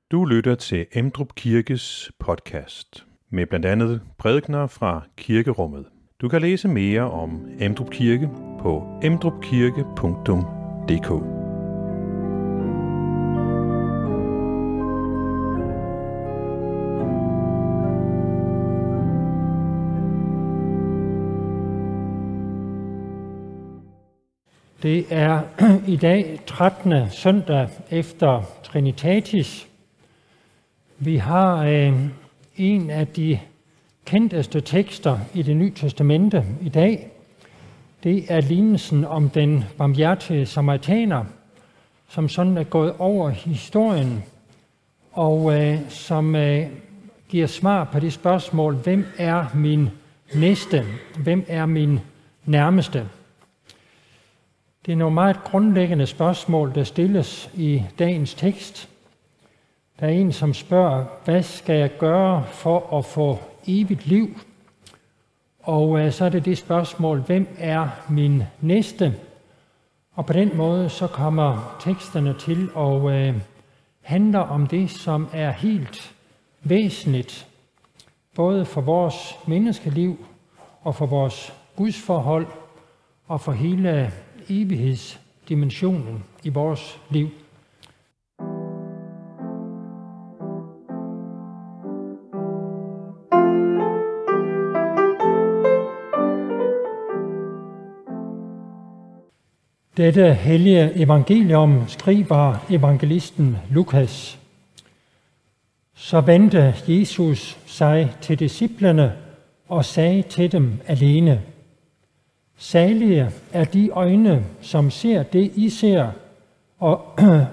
Du lytter til Emdrup Kirkes podcast med blandt andet prædikener fra kirkerummet. Du kan læse mere om Emdrup Kirke på emdrupkirke.dk. Det er i dag 13. søndag efter Trinitatis. Vi har en af de kendteste tekster i Det Nye Testamente i dag. Det er lignelsen om den barmhjertige samaritaner, som sådan er gået over historien, og som giver svar på det spørgsmål, hvem er min næste? Hvem er min nærmeste? Det er nogle meget grundlæggende spørgsmål, der stilles i dagens tekst. Der er en, som spørger, hvad skal jeg gøre for at få evigt liv? Og så er det spørgsmål, hvem er min næste? Og på den måde så kommer teksterne til at handle om det, som er helt væsentligt, både for vores menneskeliv og for vores gudsforhold og for hele evighedsdimensionen i vores liv. Dette hellige evangelium skriver evangelisten Lukas. Så vendte Jesus sig til disciplene og sagde til dem alene: Salige er de øjne, som ser det, I ser, og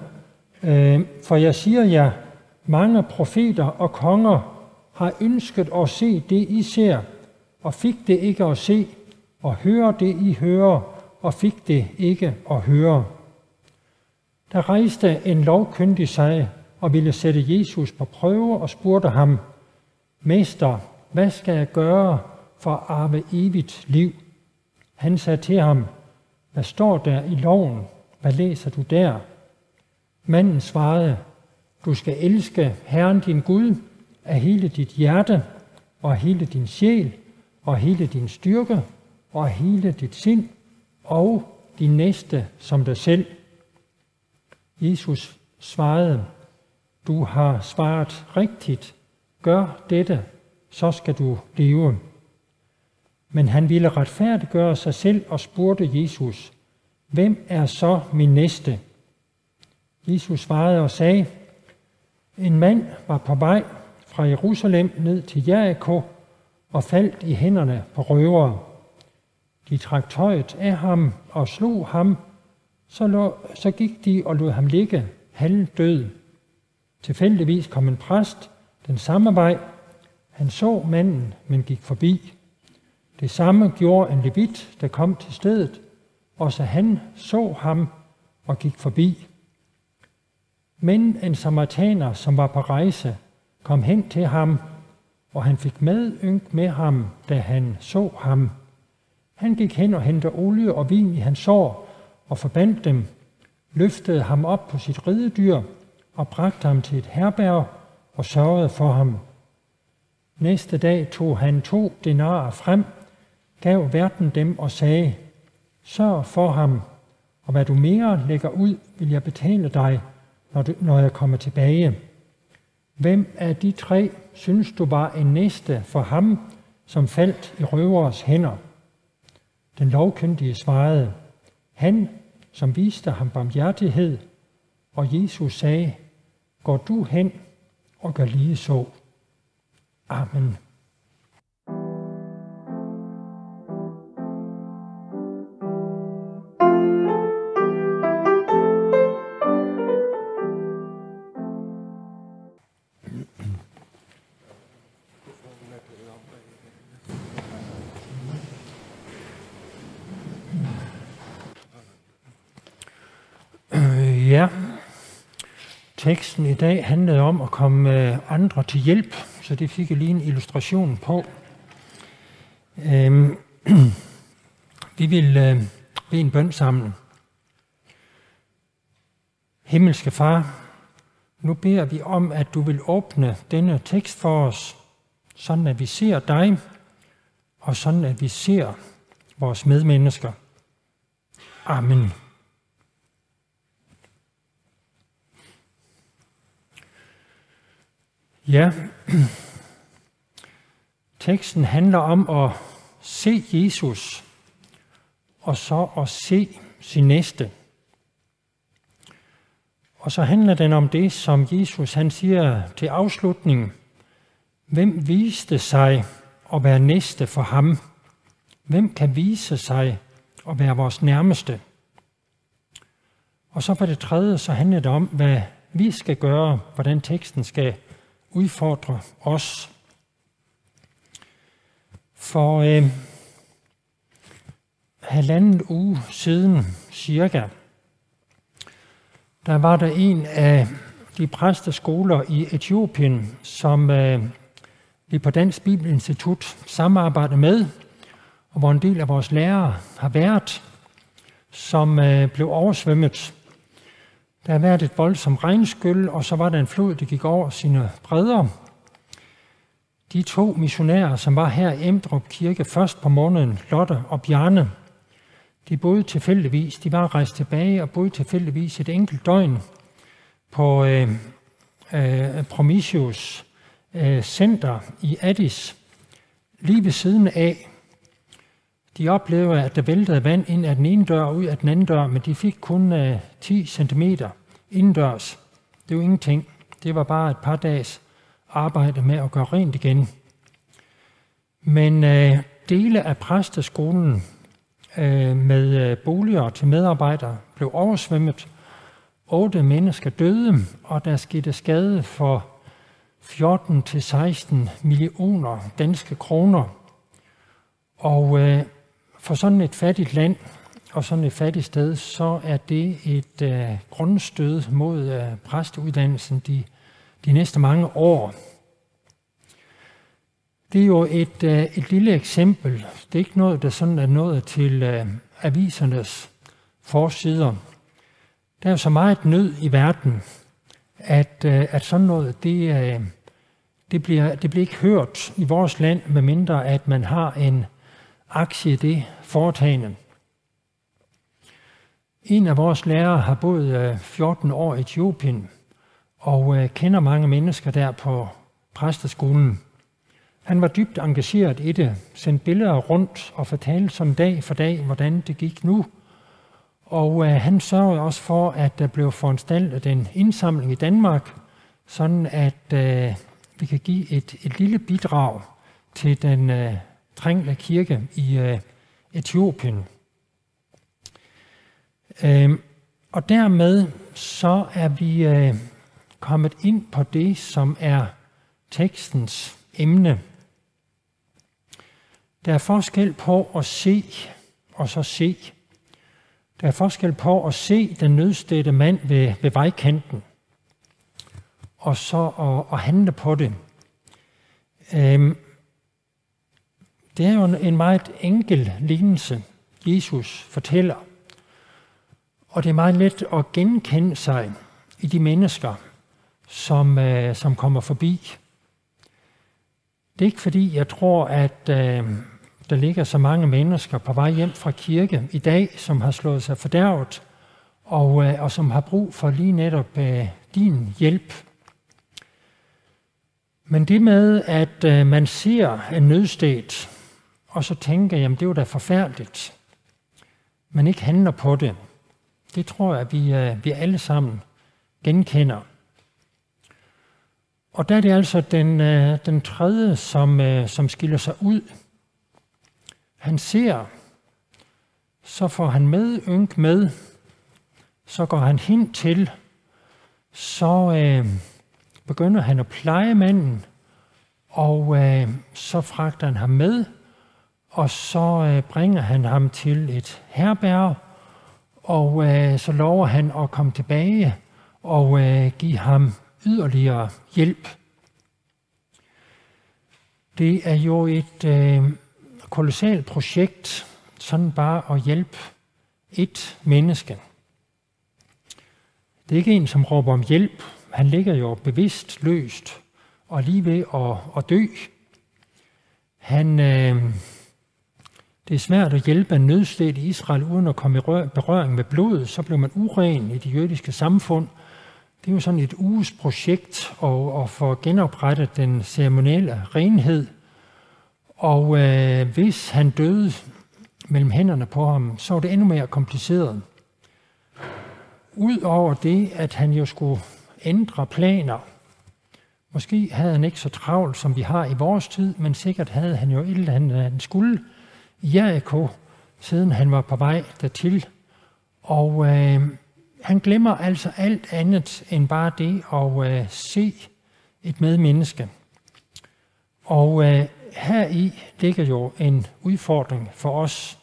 for jeg siger jer, mange profeter og konger har ønsket at se det, I ser, og fik det ikke at se, og høre det, I hører, og fik det ikke at høre. Der rejste en lovkyndig sig og ville sætte Jesus på prøve og spurgte ham: Mester, hvad skal jeg gøre for at arve evigt liv? Han sagde til ham: Hvad står der i loven? Hvad læser du der? Manden svarede: Du skal elske Herren din Gud af hele dit hjerte, og af hele din sjæl, og af hele din styrke, og af hele dit sind, og din næste som dig selv. Jesus svarede: Du har svaret rigtigt. Gør dette, så skal du leve. Men han ville retfærdiggøre sig selv og spurgte Jesus: Hvem er så min næste? Jesus svarede og sagde: En mand var på vej fra Jerusalem ned til Jericho og faldt i hænderne på røvere. De trak tøjet af ham og slog ham, så gik de og lod ham ligge halvdød. Tilfældigvis kom en præst den samme vej. Han så manden, men gik forbi. Det samme gjorde en levit, der kom til stedet, og så han så ham og gik forbi. Men en samaritaner, som var på rejse, kom hen til ham, og han fik medynk med ham, da han så ham. Han gik hen og hentede olie og vin i hans sår og forbandt dem, løftede ham op på sit ridedyr og bragte ham til et herberg og sørgede for ham. Næste dag tog han 2 denarer frem, gav værten dem og sagde: Sørg for ham, og hvad du mere lægger ud, vil jeg betale dig, når jeg kommer tilbage. Hvem af de 3 synes du var en næste for ham, som faldt i røveres hænder? Den lovkyndige svarede: Han, som viste ham barmhjertighed. Og Jesus sagde: Går du hen og gør lige så. Amen. Ja, teksten i dag handlede om at komme andre til hjælp, så det fik jeg lige en illustration på. Vi vil bede en bøn sammen. Himmelske Far, nu beder vi om, at du vil åbne denne tekst for os, sådan at vi ser dig, og sådan at vi ser vores medmennesker. Amen. Ja, teksten handler om at se Jesus, og så at se sin næste. Og så handler den om det, som Jesus han siger til afslutningen. Hvem viste sig at være næste for ham? Hvem kan vise sig at være vores nærmeste? Og så for det tredje, så handler det om, hvad vi skal gøre, hvordan teksten skal udfordre os. For halvanden uge siden cirka, der var der en af de præsteskoler i Etiopien, som vi på Dansk Bibelinstitut samarbejder med, og hvor en del af vores lærere har været, som blev oversvømmet. Der har været et voldsomt regnskyl, og så var der en flod, der gik over sine bredder. De 2 missionærer, som var her i Emdrup Kirke først på morgenen, Lotte og Bjarne, de boede tilfældigvis, de var rejst tilbage og boede tilfældigvis et enkelt døgn på Prometheus Center i Addis, lige ved siden af. De oplevede, at der væltede vand ind af den ene dør og ud af den anden dør, men de fik kun 10 cm indendørs. Det var ingenting. Det var bare et par dages arbejde med at gøre rent igen. Men dele af præsteskolen med boliger til medarbejdere blev oversvømmet. 8 mennesker døde, og der skete skade for 14-16 millioner danske kroner. Og for sådan et fattigt land og sådan et fattigt sted, så er det et grundstød mod præsteuddannelsen de næste mange år. Det er jo et lille eksempel. Det er ikke noget, der sådan er nået til avisernes forsider. Der er jo så meget nød i verden, at sådan noget, det bliver ikke hørt i vores land, medmindre at man har en aktie i det foretagende. En af vores lærere har boet 14 år i Etiopien, og kender mange mennesker der på præsteskolen. Han var dybt engageret i det, sendte billeder rundt og fortalte som dag for dag, hvordan det gik nu. Og han sørgede også for, at der blev foranstaltet en indsamling i Danmark, sådan at vi kan give et lille bidrag til den trængte kirke i Etiopien. Og dermed så er vi kommet ind på det, som er tekstens emne. Der er forskel på at se og så se. Der er forskel på at se den nødstedte mand ved vejkanten, og så at handle på det. Det er jo en meget enkel lignelse, Jesus fortæller. Og det er meget let at genkende sig i de mennesker, som kommer forbi. Det er ikke fordi, jeg tror, at der ligger så mange mennesker på vej hjem fra kirke i dag, som har slået sig fordærvet, og som har brug for lige netop din hjælp. Men det med, at man ser en nødsted, og så tænker, jamen det er jo da forfærdeligt, men ikke handler på det, det tror jeg, at vi alle sammen genkender. Og der er det altså den tredje, som skiller sig ud. Han ser, så får han medynk med, så går han hen til, så begynder han at pleje manden, og så fragter han ham med, og så bringer han ham til et herberg, og så lover han at komme tilbage og give ham yderligere hjælp. Det er jo et kolossalt projekt, sådan bare at hjælpe et menneske. Det er ikke en, som råber om hjælp. han ligger jo bevidstløst og lige ved at dø. Det er svært at hjælpe en nødstedt i Israel uden at komme i berøring med blodet. Så blev man uren i det jødiske samfund. Det er jo sådan et uges projekt at få genoprettet den ceremonielle renhed. Og hvis han døde mellem hænderne på ham, så var det endnu mere kompliceret. Udover det, at han jo skulle ændre planer. Måske havde han ikke så travlt, som vi har i vores tid, men sikkert havde han jo et eller andet, han skulle i Jericho, siden han var på vej dertil. Og han glemmer altså alt andet end bare det at se et medmenneske. Og heri ligger jo en udfordring for os.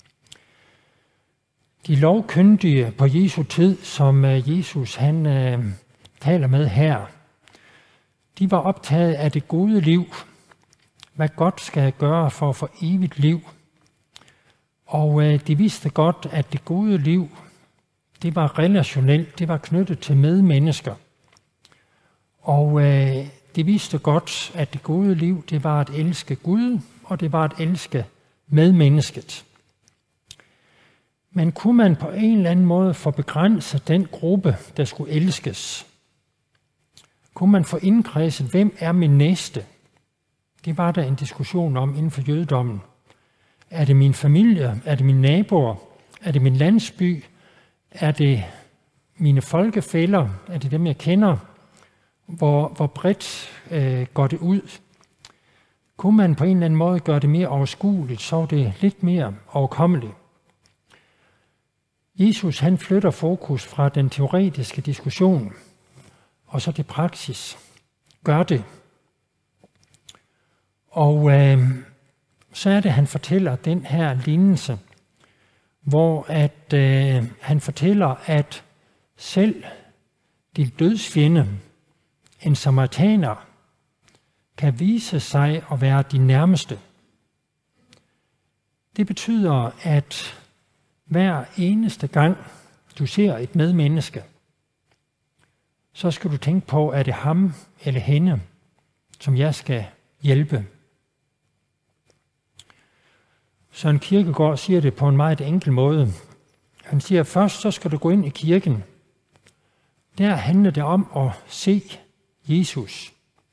De lovkyndige på Jesu tid, som Jesus han taler med her, de var optaget af det gode liv. Hvad godt skal jeg gøre for at få evigt liv? Og de vidste godt, at det gode liv, det var relationelt, det var knyttet til medmennesker. Og de vidste godt, at det gode liv, det var at elske Gud, og det var at elske medmennesket. Men kunne man på en eller anden måde få begrænset den gruppe, der skulle elskes? Kunne man få indkredset, hvem er min næste? Det var der en diskussion om inden for jødedommen. Er det min familie? Er det mine naboer? Er det min landsby? Er det mine folkefæller? Er det dem, jeg kender? Hvor bredt går det ud? Kunne man på en eller anden måde gøre det mere overskueligt, så er det lidt mere overkommeligt. Jesus han flytter fokus fra den teoretiske diskussion, og så til praksis. Gør det. Og så er det, han fortæller den her lignelse, hvor han fortæller, at selv din dødsfjende, en samaritaner, kan vise sig at være din nærmeste. Det betyder, at hver eneste gang, du ser et medmenneske, så skal du tænke på, er det ham eller hende, som jeg skal hjælpe. Søren Kierkegaard siger det på en meget enkel måde. Han siger, at først så skal du gå ind i kirken. Der handler det om at se Jesus.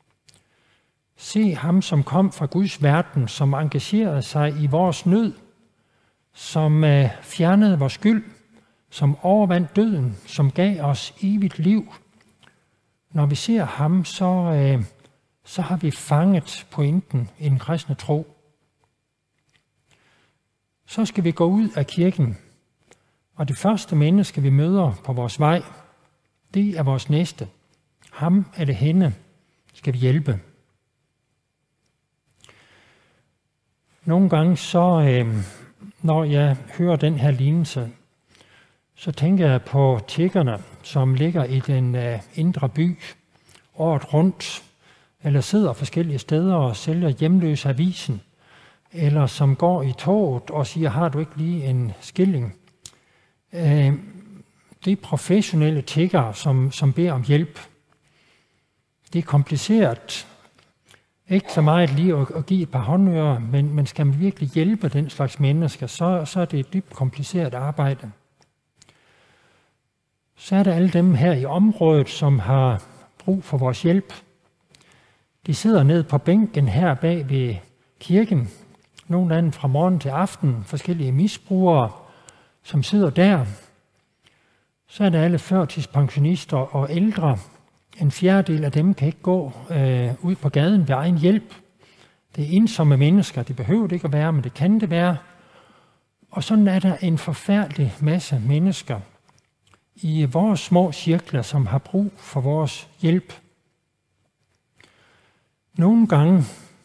Se ham, som kom fra Guds verden, som engagerede sig i vores nød, som fjernede vores skyld, som overvandt døden, som gav os evigt liv. Når vi ser ham, så har vi fanget pointen i den kristne tro. Så skal vi gå ud af kirken, og det første menneske, vi møder på vores vej, det er vores næste. Ham eller hende skal vi hjælpe. Nogle gange når jeg hører den her lignelse, så tænker jeg på tiggerne, som ligger i den indre by året rundt, eller sidder forskellige steder og sælger hjemløse avisen, eller som går i toget og siger, har du ikke lige en skilling? Det er professionelle tiggere, som beder om hjælp. Det er kompliceret. Ikke så meget lige at give et par håndører, men skal man virkelig hjælpe den slags mennesker, så er det et dybt kompliceret arbejde. Så er der alle dem her i området, som har brug for vores hjælp. De sidder ned på bænken her bag ved kirken. Nogle af dem fra morgen til aften, forskellige misbrugere, som sidder der. Så er der alle førtidspensionister og ældre. En fjerdedel af dem kan ikke gå ud på gaden ved egen hjælp. Det er ensomme mennesker. Det behøver det ikke at være, men det kan det være. Og sådan er der en forfærdelig masse mennesker i vores små cirkler, som har brug for vores hjælp. Nogle gange,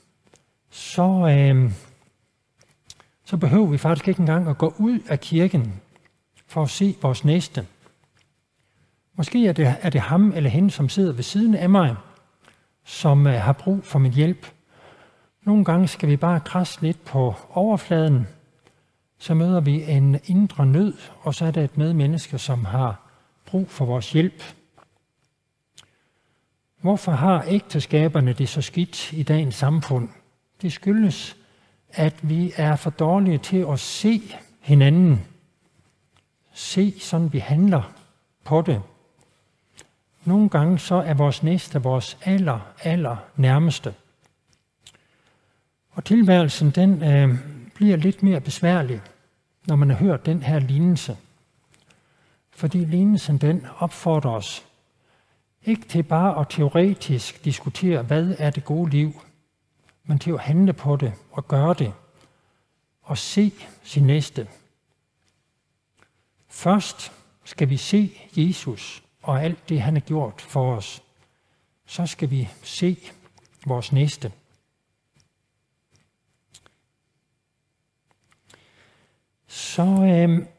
så behøver vi faktisk ikke engang at gå ud af kirken for at se vores næste. Måske er det ham eller hende, som sidder ved siden af mig, som har brug for min hjælp. Nogle gange skal vi bare krasse lidt på overfladen, så møder vi en indre nød, og så er der et medmenneske, som har brug for vores hjælp. Hvorfor har ægteskaberne det så skidt i dagens samfund? Det skyldes, at vi er for dårlige til at se hinanden. Se, sådan vi handler på det. Nogle gange så er vores næste vores aller nærmeste. Og tilværelsen den bliver lidt mere besværlig, når man har hørt den her lignelse. Fordi lignelsen den opfordrer os ikke til bare at teoretisk diskutere, hvad er det gode liv, men til at handle på det og gøre det og se sin næste. Først skal vi se Jesus og alt det, han har gjort for os. Så skal vi se vores næste. Så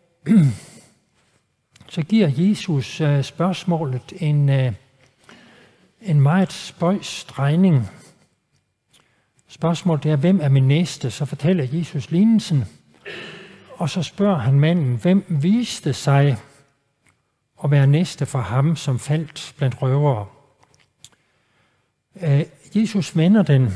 giver Jesus spørgsmålet en meget spøjs drejning. Spørgsmålet er, hvem er min næste? Så fortæller Jesus lignelsen, og så spørger han manden, hvem viste sig at være næste for ham, som faldt blandt røvere. Jesus vender den,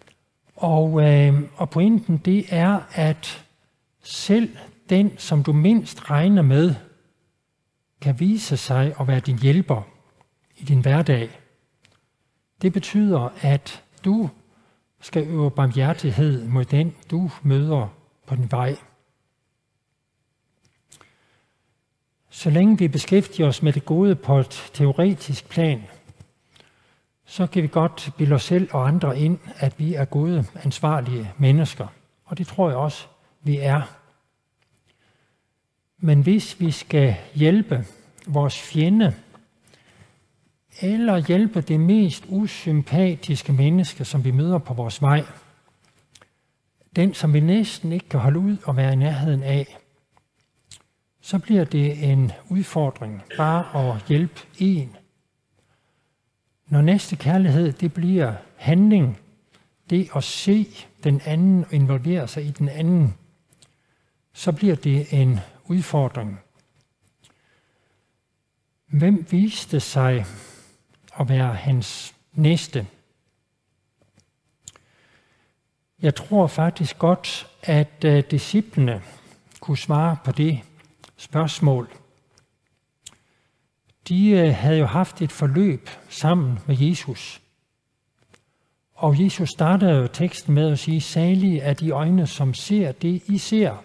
og pointen det er, at selv den, som du mindst regner med, kan vise sig at være din hjælper i din hverdag. Det betyder, at du skal øve barmhjertighed mod den, du møder på din vej. Så længe vi beskæftiger os med det gode på et teoretisk plan, så kan vi godt bilde os selv og andre ind, at vi er gode, ansvarlige mennesker. Og det tror jeg også, vi er. Men hvis vi skal hjælpe vores fjende, eller hjælpe det mest usympatiske menneske, som vi møder på vores vej, den, som vi næsten ikke kan holde ud og være i nærheden af, så bliver det en udfordring bare at hjælpe en. Når næste kærlighed, det bliver handling, det at se den anden og involvere sig i den anden, så bliver det en udfordring. Hvem viste sig at være hans næste? Jeg tror faktisk godt, at disciplene kunne svare på det spørgsmål. De havde jo haft et forløb sammen med Jesus. Og Jesus startede jo teksten med at sige, salige er de øjne, som ser det, I ser.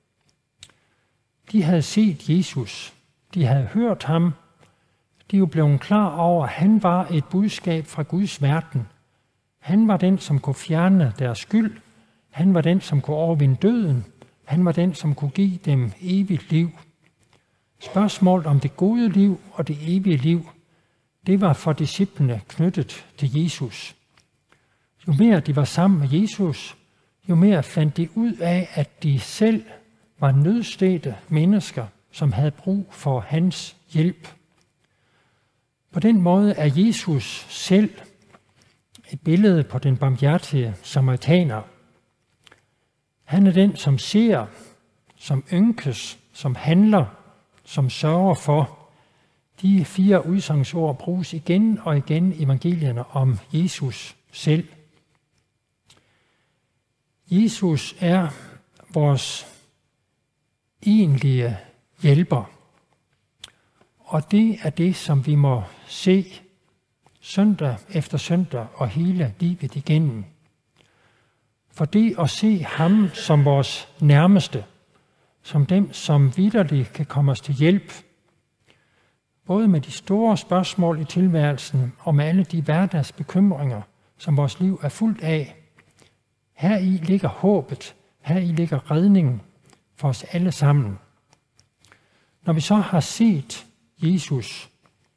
De havde set Jesus. De havde hørt ham. De er jo blevet klar over, at han var et budskab fra Guds verden. Han var den, som kunne fjerne deres skyld. Han var den, som kunne overvinde døden. Han var den, som kunne give dem evigt liv. Spørgsmålet om det gode liv og det evige liv, det var for disciplene knyttet til Jesus. Jo mere de var sammen med Jesus, jo mere fandt de ud af, at de selv var nødstedte mennesker, som havde brug for hans hjælp. På den måde er Jesus selv et billede på den barmhjertige samaritaner. Han er den, som ser, som ynkes, som handler, som sørger for. De 4 udsangsord bruges igen og igen i evangelierne om Jesus selv. Jesus er vores egentlige hjælper. Og det er det, som vi må se søndag efter søndag og hele livet igennem. For det at se ham som vores nærmeste, som dem, som vitterligt kan komme os til hjælp, både med de store spørgsmål i tilværelsen og med alle de hverdagsbekymringer, som vores liv er fuldt af. Heri ligger håbet, heri ligger redningen for os alle sammen. Når vi så har set Jesus,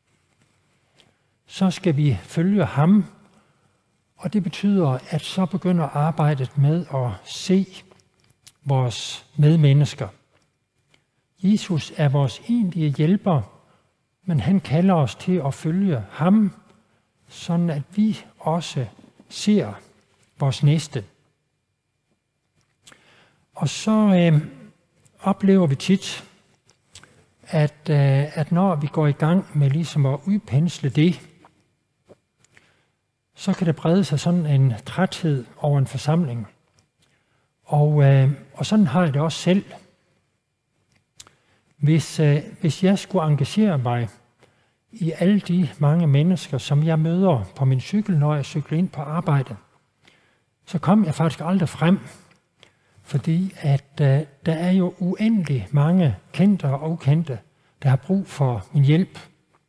så skal vi følge ham, og det betyder, at så begynder arbejdet med at se vores medmennesker. Jesus er vores egentlige hjælper, men han kalder os til at følge ham, sådan at vi også ser vores næste. Og så oplever vi tit, at når vi går i gang med ligesom at udpensle det, så kan det brede sig sådan en træthed over en forsamling. Og sådan har jeg det også selv. Hvis jeg skulle engagere mig i alle de mange mennesker, som jeg møder på min cykel, når jeg cykler ind på arbejde, så kom jeg faktisk aldrig frem. Fordi at der er jo uendelig mange kendte og ukendte, der har brug for min hjælp.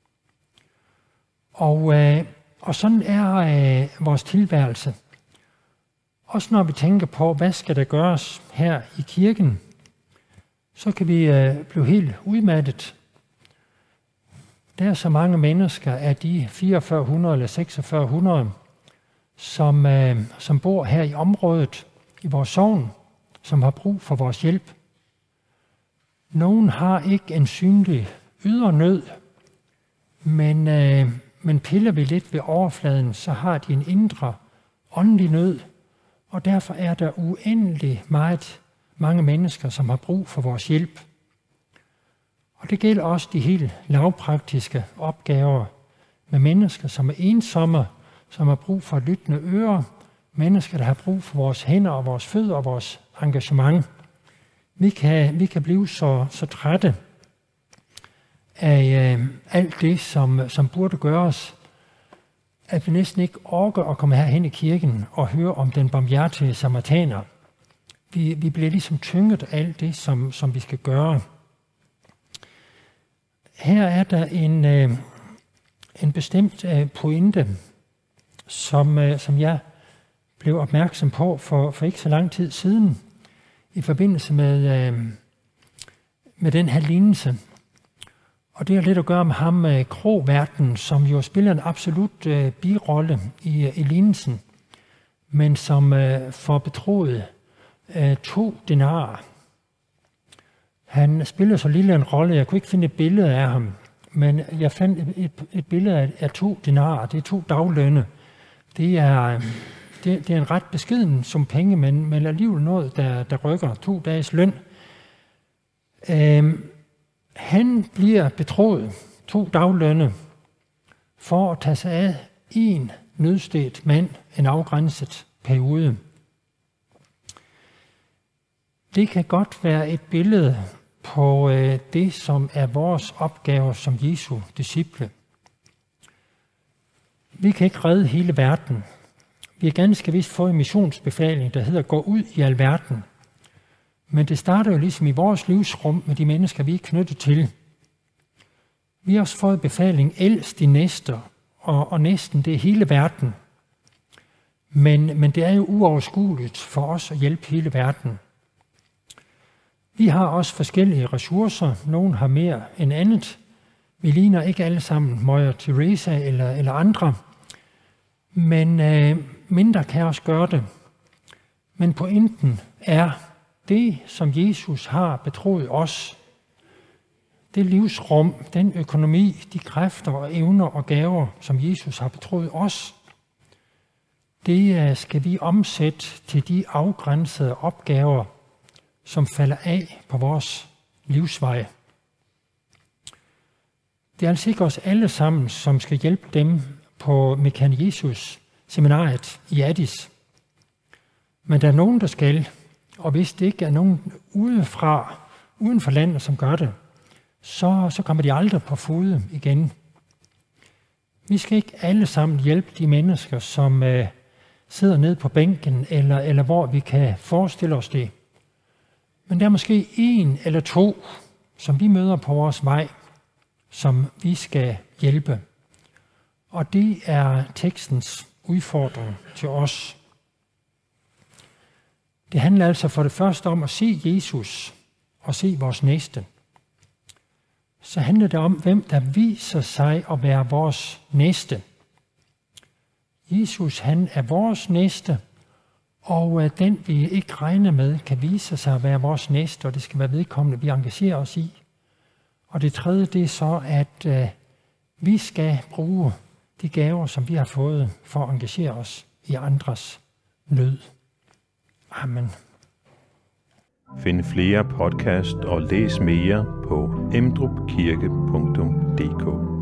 Og sådan er vores tilværelse. Også når vi tænker på, hvad skal der gøres her i kirken, så kan vi blive helt udmattet. Der er så mange mennesker af de 4400 eller 4600, som bor her i området, i vores sogn, som har brug for vores hjælp. Nogen har ikke en synlig ydre nød, men piller vi lidt ved overfladen, så har de en indre åndelig nød, og derfor er der uendelig mange mennesker, som har brug for vores hjælp. Og det gælder også de helt lavpraktiske opgaver med mennesker, som er ensomme, som har brug for lyttende ører, mennesker, der har brug for vores hænder og vores fødder og vores engagement. Vi kan blive så trætte af alt det, som burde gøres, at vi næsten ikke orker at komme herhen i kirken og høre om den barmhjertige samaritaner. Vi bliver ligesom tynget af alt det, som vi skal gøre. Her er der en bestemt pointe, som jeg blev opmærksom på for ikke så lang tid siden, i forbindelse med den her lignelse. Og det har lidt at gøre med ham, Kroværten, som jo spiller en absolut birolle i lignelsen, men som får betroet 2 denarer. Han spiller så lille en rolle, jeg kunne ikke finde et billede af ham, men jeg fandt et billede af 2 denarer. Det er 2 daglønne. Det er en ret beskeden som penge, men alligevel noget, der rykker 2 dages løn. Han bliver betroet 2 daglønne for at tage sig af en nødstedt mand en afgrænset periode. Det kan godt være et billede på det, som er vores opgave som Jesu disciple. Vi kan ikke redde hele verden. Vi har ganske vist fået en missionsbefaling, der hedder gå ud i al verden. Men det starter jo ligesom i vores livsrum med de mennesker, vi er knyttet til. Vi har også fået befaling, elsk de næste, og næsten det er hele verden. Men det er jo uoverskueligt for os at hjælpe hele verden. Vi har også forskellige ressourcer. Nogle har mere end andet. Vi ligner ikke alle sammen Mother Teresa eller andre. Men mindre kan også gøre det. Men pointen er, det som Jesus har betroet os, det livsrum, den økonomi, de kræfter og evner og gaver, som Jesus har betroet os, det skal vi omsætte til de afgrænsede opgaver, som falder af på vores livsvej. Det er altså ikke os alle sammen, som skal hjælpe dem på Mekane Jesus seminariet i Addis. Men der er nogen, der skal, og hvis det ikke er nogen uden for landet, som gør det, så kommer de aldrig på fode igen. Vi skal ikke alle sammen hjælpe de mennesker, som sidder nede på bænken, eller hvor vi kan forestille os det. Men der er måske 1 eller 2, som vi møder på vores vej, som vi skal hjælpe. Og det er tekstens udfordring til os. Det handler altså for det første om at se Jesus og se vores næste. Så handler det om, hvem der viser sig at være vores næste. Jesus, han er vores næste, og den vi ikke regner med, kan vise sig at være vores næste, og det skal være vedkommende, vi engagerer os i. Og det tredje, det er så, at vi skal bruge de gaver, som vi har fået, for at engagere os i andres nød. Amen. Find flere podcast og læs mere på emdrupkirke.dk.